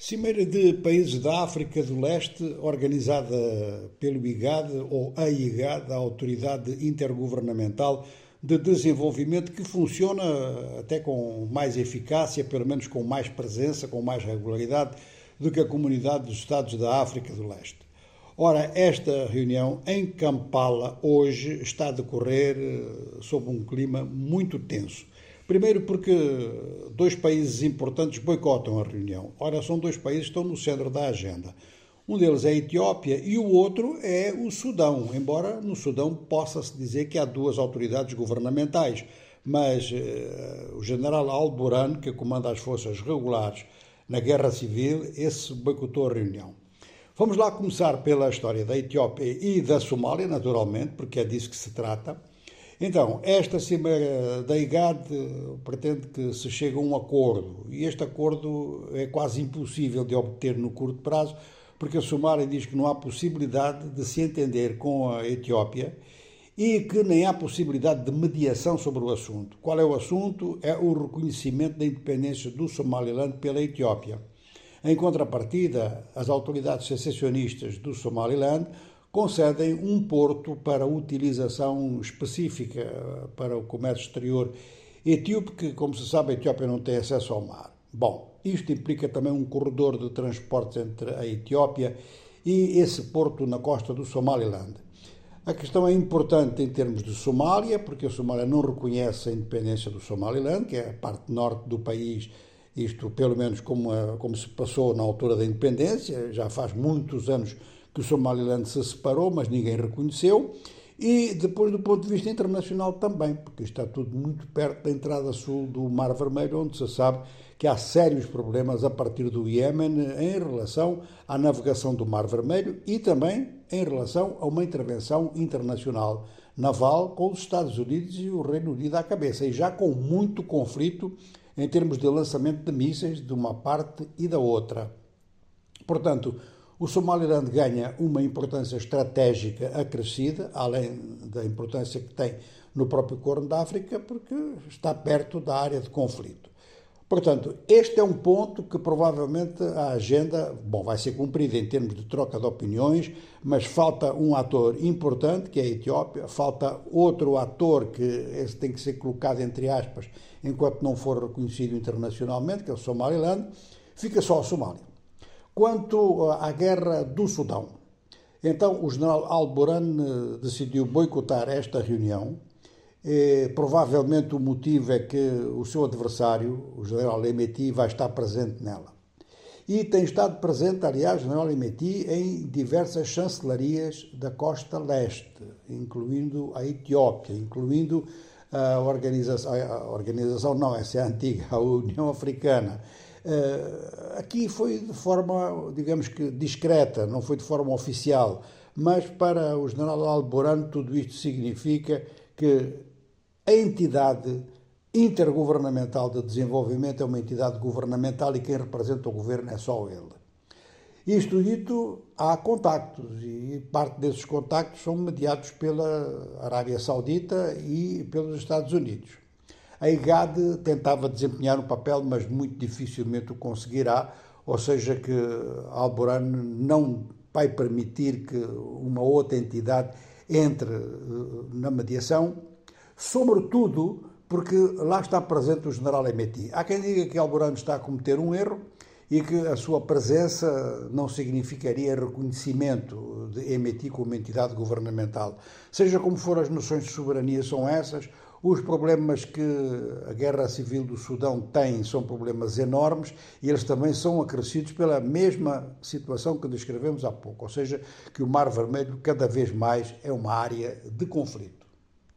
Cimeira de Países da África do Leste, organizada pelo IGAD, ou a IGAD, a Autoridade Intergovernamental de Desenvolvimento, que funciona até com mais eficácia, pelo menos com mais presença, com mais regularidade, do que a Comunidade dos Estados da África do Leste. Ora, esta reunião em Kampala hoje está a decorrer sob um clima muito tenso. Primeiro porque dois países importantes boicotam a reunião. Ora, são dois países que estão no centro da agenda. Um deles é a Etiópia e o outro é o Sudão, embora no Sudão possa-se dizer que há duas autoridades governamentais, mas o general Al-Burhan, que comanda as forças regulares na guerra civil, esse boicotou a reunião. Vamos lá começar pela história da Etiópia e da Somália, naturalmente, porque é disso que se trata. Então, esta cimeira da IGAD pretende que se chegue a um acordo, e este acordo é quase impossível de obter no curto prazo, porque a Somália diz que não há possibilidade de se entender com a Etiópia e que nem há possibilidade de mediação sobre o assunto. Qual é o assunto? É o reconhecimento da independência do Somaliland pela Etiópia. Em contrapartida, as autoridades secessionistas do Somaliland concedem um porto para utilização específica para o comércio exterior etíope, que, como se sabe, a Etiópia não tem acesso ao mar. Bom, isto implica também um corredor de transportes entre a Etiópia e esse porto na costa do Somaliland. A questão é importante em termos de Somália, porque a Somália não reconhece a independência do Somaliland, que é a parte norte do país, isto pelo menos como se passou na altura da independência, já faz muitos anos que o Somaliland se separou, mas ninguém reconheceu, e depois do ponto de vista internacional também, porque está tudo muito perto da entrada sul do Mar Vermelho, onde se sabe que há sérios problemas a partir do Iémen em relação à navegação do Mar Vermelho e também em relação a uma intervenção internacional naval com os Estados Unidos e o Reino Unido à cabeça, e já com muito conflito em termos de lançamento de mísseis de uma parte e da outra. Portanto, o Somaliland ganha uma importância estratégica acrescida, além da importância que tem no próprio Corno da África, porque está perto da área de conflito. Portanto, este é um ponto que provavelmente a agenda, vai ser cumprida em termos de troca de opiniões, mas falta um ator importante, que é a Etiópia, falta outro ator que esse tem que ser colocado entre aspas, enquanto não for reconhecido internacionalmente, que é o Somaliland, fica só a Somália. Quanto à guerra do Sudão, então o general Al-Burhan decidiu boicotar esta reunião. Provavelmente o motivo é que o seu adversário, o general Hemeti, vai estar presente nela. E tem estado presente, aliás, o general Hemeti em diversas chancelarias da costa leste, incluindo a Etiópia, incluindo a organização não, essa é a antiga, a União Africana. Aqui foi de forma, digamos que discreta, não foi de forma oficial, mas para o general Al-Burhan tudo isto significa que a entidade intergovernamental de desenvolvimento é uma entidade governamental e quem representa o governo é só ele. Isto dito, há contactos e parte desses contactos são mediados pela Arábia Saudita e pelos Estados Unidos. A IGAD tentava desempenhar um papel, mas muito dificilmente o conseguirá, ou seja que Al-Burhan não vai permitir que uma outra entidade entre na mediação, sobretudo porque lá está presente o general Hemeti. Há quem diga que Al-Burhan está a cometer um erro e que a sua presença não significaria reconhecimento de Hemeti como entidade governamental. Seja como for, as noções de soberania são essas. Os problemas que a guerra civil do Sudão tem são problemas enormes e eles também são acrescidos pela mesma situação que descrevemos há pouco, ou seja, que o Mar Vermelho cada vez mais é uma área de conflito.